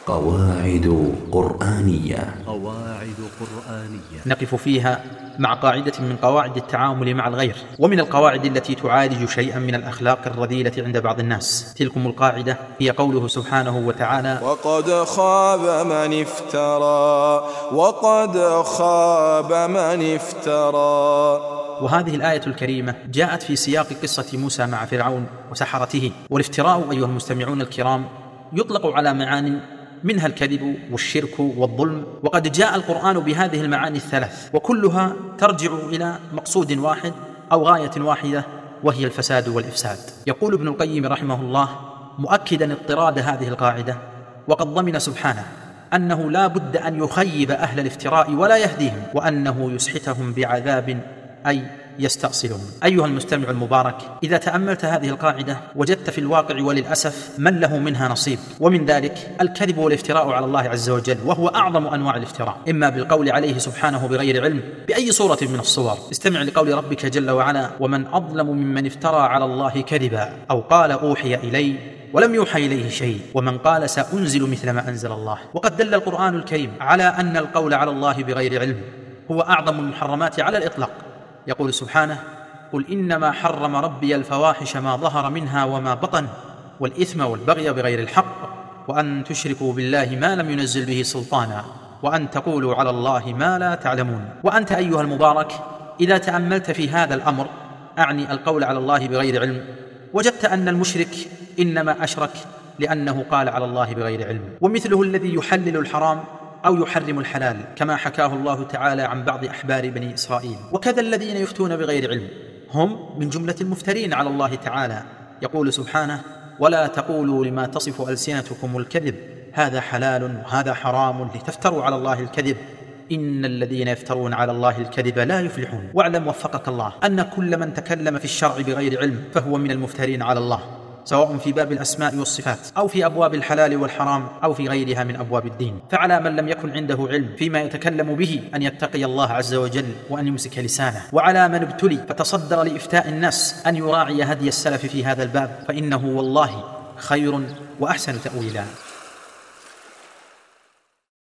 قواعد قرآنية نقف فيها مع قاعدة من قواعد التعامل مع الغير، ومن القواعد التي تعالج شيئا من الأخلاق الرذيلة عند بعض الناس. تلكم القاعدة هي قوله سبحانه وتعالى: وقد خاب من افترى. وهذه الآية الكريمة جاءت في سياق قصة موسى مع فرعون وسحرته. والافتراء أيها المستمعون الكرام يطلق على معان منها الكذب والشرك والظلم، وقد جاء القرآن بهذه المعاني الثلاث، وكلها ترجع إلى مقصود واحد أو غاية واحدة، وهي الفساد والإفساد. يقول ابن القيم رحمه الله مؤكدا اضطراد هذه القاعدة: وقد ضمن سبحانه أنه لا بد أن يخيب أهل الافتراء ولا يهديهم، وأنه يسحتهم بعذاب أي يستأصلهم. أيها المستمع المبارك، إذا تأملت هذه القاعدة وجدت في الواقع وللأسف من له منها نصيب، ومن ذلك الكذب والافتراء على الله عز وجل، وهو أعظم أنواع الافتراء، إما بالقول عليه سبحانه بغير علم بأي صورة من الصور. استمع لقول ربك جل وعلا: ومن أظلم ممن افترى على الله كذبا أو قال أوحي إلي ولم يوحى إليه شيء ومن قال سأنزل مثل ما أنزل الله. وقد دل القرآن الكريم على أن القول على الله بغير علم هو أعظم المحرمات على الإطلاق. يقول سبحانه: قل إنما حرم ربي الفواحش ما ظهر منها وما بطن والإثم والبغي بغير الحق وأن تشركوا بالله ما لم ينزل به سلطانا وأن تقولوا على الله ما لا تعلمون. وأنت أيها المبارك إذا تأملت في هذا الأمر، أعني القول على الله بغير علم، وجدت أن المشرك إنما أشرك لأنه قال على الله بغير علم، ومثله الذي يحلل الحرام أو يحرم الحلال كما حكاه الله تعالى عن بعض أحبار بني إسرائيل. وكذا الذين يفتون بغير علم هم من جملة المفترين على الله تعالى. يقول سبحانه: ولا تقولوا لما تصف ألسنتكم الكذب هذا حلال وهذا حرام لتفتروا على الله الكذب إن الذين يفترون على الله الكذب لا يفلحون. واعلم وفقك الله أن كل من تكلم في الشرع بغير علم فهو من المفترين على الله، سواء في باب الأسماء والصفات أو في أبواب الحلال والحرام أو في غيرها من أبواب الدين. فعلى من لم يكن عنده علم فيما يتكلم به أن يتقي الله عز وجل وأن يمسك لسانه، وعلى من ابتلي فتصدر لإفتاء الناس أن يراعي هدي السلف في هذا الباب، فإنه والله خير وأحسن تأويلا.